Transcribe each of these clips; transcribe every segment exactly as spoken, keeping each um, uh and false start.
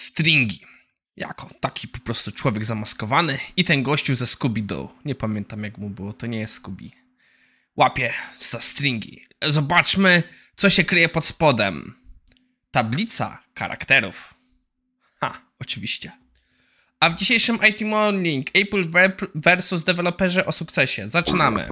Stringy. Jako taki po prostu człowiek zamaskowany i ten gościu ze Scooby-Doo. Nie pamiętam jak mu było, to nie jest Scooby. Łapie za Stringy. Zobaczmy, co się kryje pod spodem. Tablica charakterów. Ha, oczywiście. A w dzisiejszym I T Morning Apple versus deweloperzy o sukcesie. Zaczynamy.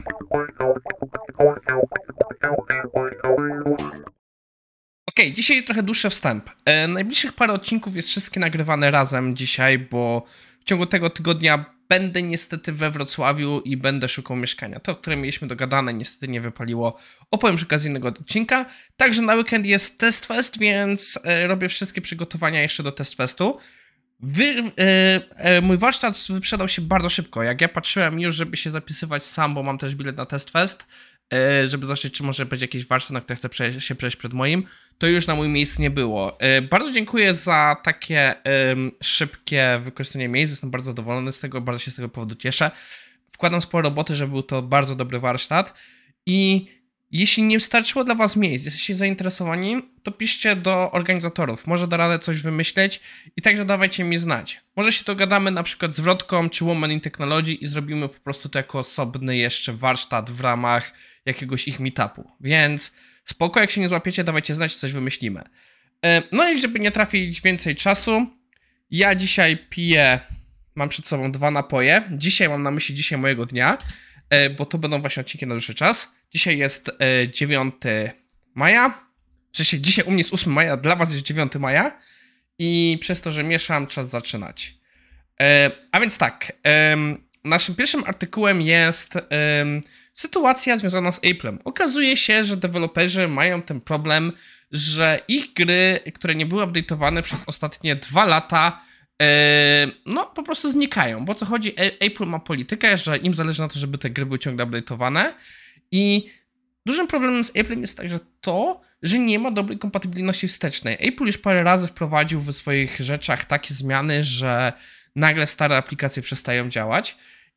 Ok, dzisiaj trochę dłuższy wstęp. E, najbliższych parę odcinków jest wszystkie nagrywane razem dzisiaj, bo w ciągu tego tygodnia będę niestety we Wrocławiu i będę szukał mieszkania. To, które mieliśmy dogadane, niestety nie wypaliło. Opowiem przy okazji innego odcinka. Także na weekend jest Test Fest, więc e, robię wszystkie przygotowania jeszcze do Test Festu. Wy, e, e, mój warsztat wyprzedał się bardzo szybko. Jak ja patrzyłem już, żeby się zapisywać sam, bo mam też bilet na Test Fest, e, żeby zobaczyć, czy może będzie jakiś warsztat, na który chcę przejść, się przejść przed moim, to już na mój miejscu nie było. E, bardzo dziękuję za takie e, szybkie wykorzystanie miejsc. Jestem bardzo zadowolony z tego, bardzo się z tego powodu cieszę. Wkładam sporo roboty, żeby był to bardzo dobry warsztat i jeśli nie wystarczyło dla was miejsc, jesteście zainteresowani, to piszcie do organizatorów. Może da radę coś wymyśleć i także dawajcie mi znać. Może się dogadamy na przykład z Wrotką czy Women in Technology i zrobimy po prostu to jako osobny jeszcze warsztat w ramach jakiegoś ich meetupu. Więc spoko, jak się nie złapiecie, dawajcie znać, coś wymyślimy. No i żeby nie trafić więcej czasu, ja dzisiaj piję, mam przed sobą dwa napoje. Dzisiaj mam na myśli dzisiaj mojego dnia, bo to będą właśnie odcinki na dłuższy czas. Dzisiaj jest e, dziewiątego maja. W sensie dzisiaj u mnie jest ósmego maja, dla was jest dziewiątego maja. I przez to, że mieszam, czas zaczynać. E, a więc tak. E, naszym pierwszym artykułem jest e, sytuacja związana z Apple'em. Okazuje się, że deweloperzy mają ten problem, że ich gry, które nie były update'owane przez ostatnie dwa lata, e, no po prostu znikają. Bo o co chodzi? Apple ma politykę, że im zależy na to, żeby te gry były ciągle update'owane. I dużym problemem z Apple'em jest także to, że nie ma dobrej kompatybilności wstecznej. Apple już parę razy wprowadził w swoich rzeczach takie zmiany, że nagle stare aplikacje przestają działać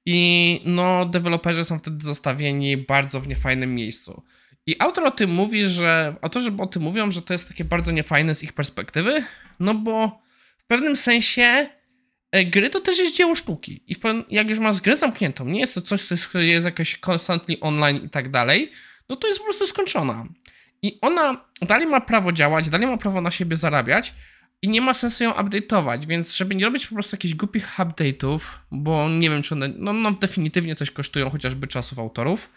i no deweloperzy są wtedy zostawieni bardzo w niefajnym miejscu. I autor o tym mówi, że autorzy o tym mówią, że to jest takie bardzo niefajne z ich perspektywy, no bo w pewnym sensie gry to też jest dzieło sztuki i jak już masz grę zamkniętą, nie jest to coś, co jest jakoś constantly online i tak dalej, no to jest po prostu skończona. I ona dalej ma prawo działać, dalej ma prawo na siebie zarabiać i nie ma sensu ją update'ować, więc żeby nie robić po prostu jakichś głupich update'ów, bo nie wiem, czy one no, no definitywnie coś kosztują, chociażby czasów autorów,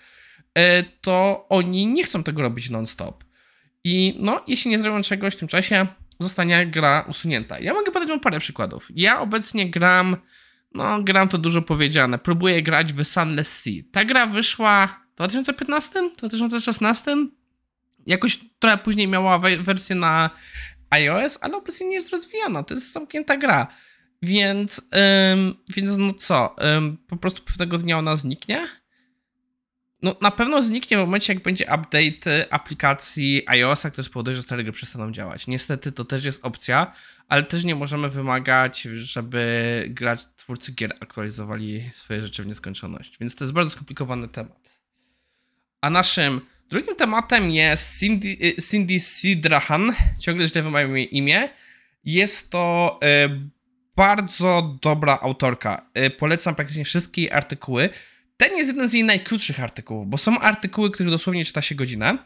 to oni nie chcą tego robić non-stop. I no, jeśli nie zrobią czegoś w tym czasie, zostanie gra usunięta. Ja mogę podać wam parę przykładów. Ja obecnie gram, no gram to dużo powiedziane, próbuję grać w Sunless Sea. Ta gra wyszła w dwa tysiące piętnastym? dwa tysiące szesnastym? Jakoś trochę później miała wersję na iOS, ale obecnie nie jest rozwijana, to jest zamknięta gra. Więc, ym, więc no co, ym, po prostu pewnego dnia ona zniknie? No na pewno zniknie w momencie, jak będzie update aplikacji iOS-a, który spowoduje, że stare gry przestaną działać. Niestety to też jest opcja, ale też nie możemy wymagać, żeby grać twórcy gier aktualizowali swoje rzeczy w nieskończoność. Więc to jest bardzo skomplikowany temat. A naszym drugim tematem jest Cindy, Cindy Sidrahan, ciągle źle wymawiam jej imię. Jest to y, bardzo dobra autorka. Y, polecam praktycznie wszystkie jej artykuły. Ten jest jeden z jej najkrótszych artykułów, bo są artykuły, których dosłownie czyta się godzinę.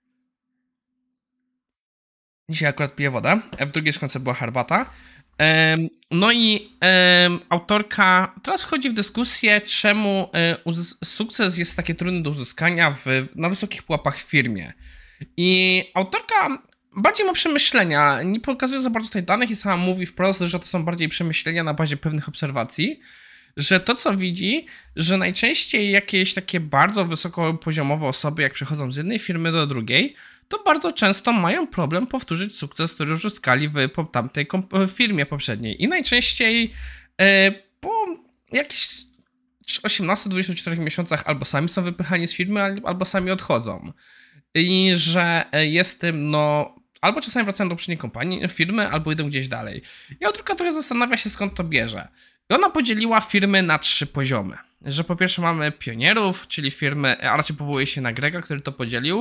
Dzisiaj akurat piję wodę, a w drugiej szklance była herbata. No i autorka teraz wchodzi w dyskusję, czemu sukces jest takie trudny do uzyskania w, na wysokich pułapach w firmie. I autorka bardziej ma przemyślenia, nie pokazuje za bardzo tutaj danych i sama mówi wprost, że to są bardziej przemyślenia na bazie pewnych obserwacji. Że to, co widzi, że najczęściej jakieś takie bardzo wysokopoziomowe osoby, jak przechodzą z jednej firmy do drugiej, to bardzo często mają problem powtórzyć sukces, który już uzyskali w tamtej firmie poprzedniej. I najczęściej e, po jakichś osiemnastu do dwudziestu czterech miesiącach albo sami są wypychani z firmy, albo sami odchodzą. I że jest tym, no... Albo czasami wracają do poprzedniej kompanii, firmy, albo idą gdzieś dalej. I autorka trochę zastanawia się, skąd to bierze. I ona podzieliła firmy na trzy poziomy. Że po pierwsze mamy pionierów, czyli firmy, a raczej powołuje się na Grega, który to podzielił,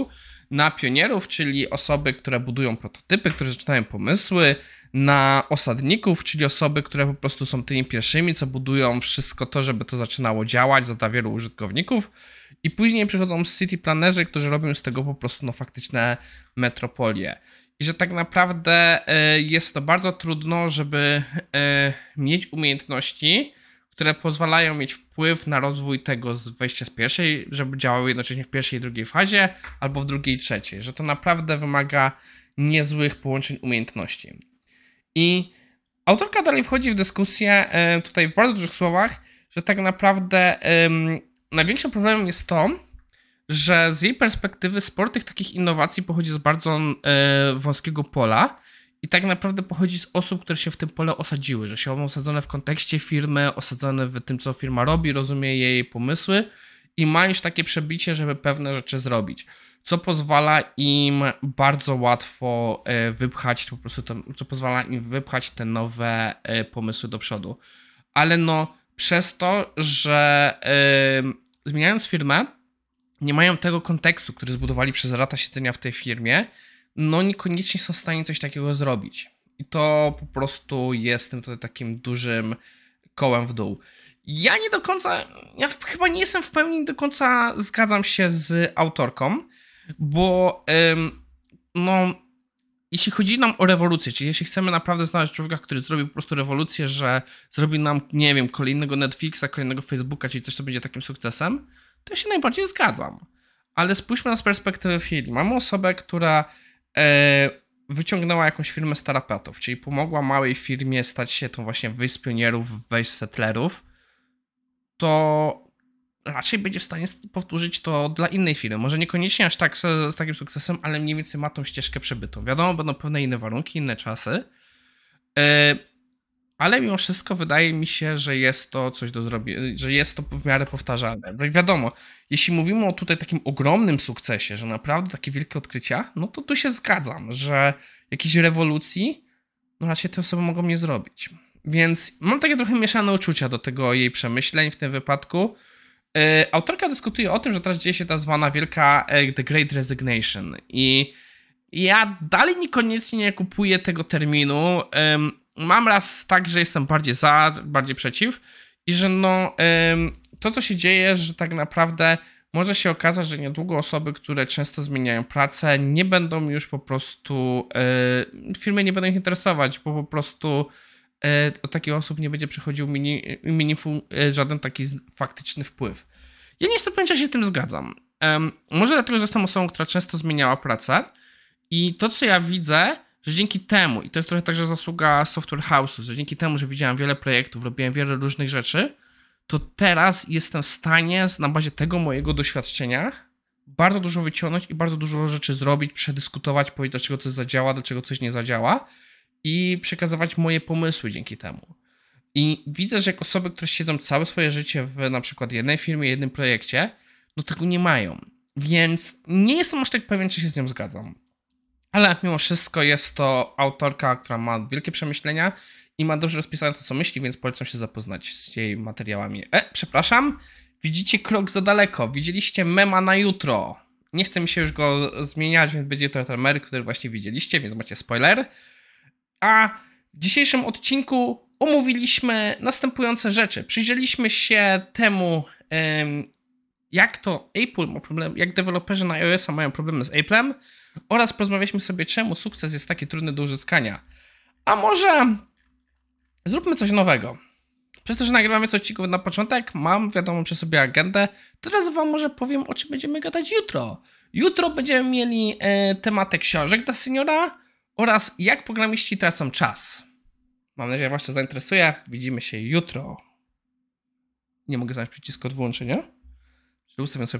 na pionierów, czyli osoby, które budują prototypy, które zaczynają pomysły, na osadników, czyli osoby, które po prostu są tymi pierwszymi, co budują wszystko to, żeby to zaczynało działać za wielu użytkowników. I później przychodzą city planerzy, którzy robią z tego po prostu no, faktyczne metropolie. I że tak naprawdę y, jest to bardzo trudno, żeby y, mieć umiejętności, które pozwalają mieć wpływ na rozwój tego z wejścia z pierwszej, żeby działały jednocześnie w pierwszej i drugiej fazie, albo w drugiej i trzeciej. Że to naprawdę wymaga niezłych połączeń umiejętności. I autorka dalej wchodzi w dyskusję, y, tutaj w bardzo dużych słowach, że tak naprawdę y, największym problemem jest to, że z jej perspektywy sporo tych takich innowacji pochodzi z bardzo e, wąskiego pola i tak naprawdę pochodzi z osób, które się w tym pole osadziły, że się osadzone w kontekście firmy, osadzone w tym, co firma robi, rozumie jej pomysły i ma już takie przebicie, żeby pewne rzeczy zrobić, co pozwala im bardzo łatwo e, wypchać po prostu, to, co pozwala im wypchać te nowe e, pomysły do przodu. Ale no przez to, że e, zmieniając firmę, nie mają tego kontekstu, który zbudowali przez lata siedzenia w tej firmie, no niekoniecznie są w stanie coś takiego zrobić. I to po prostu jest tym tutaj takim dużym kołem w dół. Ja nie do końca, ja chyba nie jestem w pełni do końca zgadzam się z autorką, bo ym, no jeśli chodzi nam o rewolucję, czyli jeśli chcemy naprawdę znaleźć człowieka, który zrobi po prostu rewolucję, że zrobi nam, nie wiem, kolejnego Netflixa, kolejnego Facebooka, czyli coś, co będzie takim sukcesem, to ja się najbardziej zgadzam. Ale spójrzmy na z perspektywy chwili. Mamy osobę, która e, wyciągnęła jakąś firmę startupów, czyli pomogła małej firmie stać się tą właśnie wyjść z pionierów, wejść z settlerów, to raczej będzie w stanie powtórzyć to dla innej firmy. Może niekoniecznie aż tak z, z takim sukcesem, ale mniej więcej ma tą ścieżkę przebytą. Wiadomo, będą pewne inne warunki, inne czasy, e, ale mimo wszystko wydaje mi się, że jest to coś do zrobienia, że jest to w miarę powtarzalne. Wiadomo, jeśli mówimy o tutaj takim ogromnym sukcesie, że naprawdę takie wielkie odkrycia, no to tu się zgadzam, że jakiejś rewolucji, no raczej te osoby mogą nie zrobić. Więc mam takie trochę mieszane uczucia do tego jej przemyśleń w tym wypadku. Yy, autorka dyskutuje o tym, że teraz dzieje się ta zwana wielka uh, The Great Resignation i ja dalej niekoniecznie nie kupuję tego terminu. Yy, Mam raz tak, że jestem bardziej za, bardziej przeciw i że no to, co się dzieje, że tak naprawdę może się okazać, że niedługo osoby, które często zmieniają pracę, nie będą już po prostu, firmy nie będą ich interesować, bo po prostu od takich osób nie będzie przychodził meaningful, żaden taki faktyczny wpływ. Ja nie jestem pewien, czy się tym zgadzam. Może dlatego, że jestem osobą, która często zmieniała pracę i to, co ja widzę, że dzięki temu, i to jest trochę także zasługa Software House'u, że dzięki temu, że widziałem wiele projektów, robiłem wiele różnych rzeczy, to teraz jestem w stanie na bazie tego mojego doświadczenia bardzo dużo wyciągnąć i bardzo dużo rzeczy zrobić, przedyskutować, powiedzieć, dlaczego coś zadziała, dlaczego coś nie zadziała i przekazywać moje pomysły dzięki temu. I widzę, że jak osoby, które siedzą całe swoje życie w na przykład jednej firmie, jednym projekcie, no tego nie mają. Więc nie jestem aż tak pewien, czy się z nią zgadzam. Ale mimo wszystko jest to autorka, która ma wielkie przemyślenia i ma dobrze rozpisane to, co myśli, więc polecam się zapoznać z jej materiałami. E, przepraszam, widzicie krok za daleko. Widzieliście mema na jutro. Nie chce mi się już go zmieniać, więc będzie to ten mem, który właśnie widzieliście, więc macie spoiler. A w dzisiejszym odcinku omówiliśmy następujące rzeczy. Przyjrzeliśmy się temu, em, jak to Apple ma problem, jak deweloperzy na iOS-a mają problemy z Apple'em, oraz porozmawialiśmy sobie, czemu sukces jest taki trudny do uzyskania. A może zróbmy coś nowego. Przez to, że nagrywamy coś ciekawego na początek, mam wiadomo przy sobie agendę, teraz wam może powiem, o czym będziemy gadać jutro. Jutro będziemy mieli e, tematy książek dla seniora oraz jak programiści tracą czas. Mam nadzieję, że was to zainteresuje. Widzimy się jutro. Nie mogę znaleźć przycisku od wyłączenia. Ustawiam sobie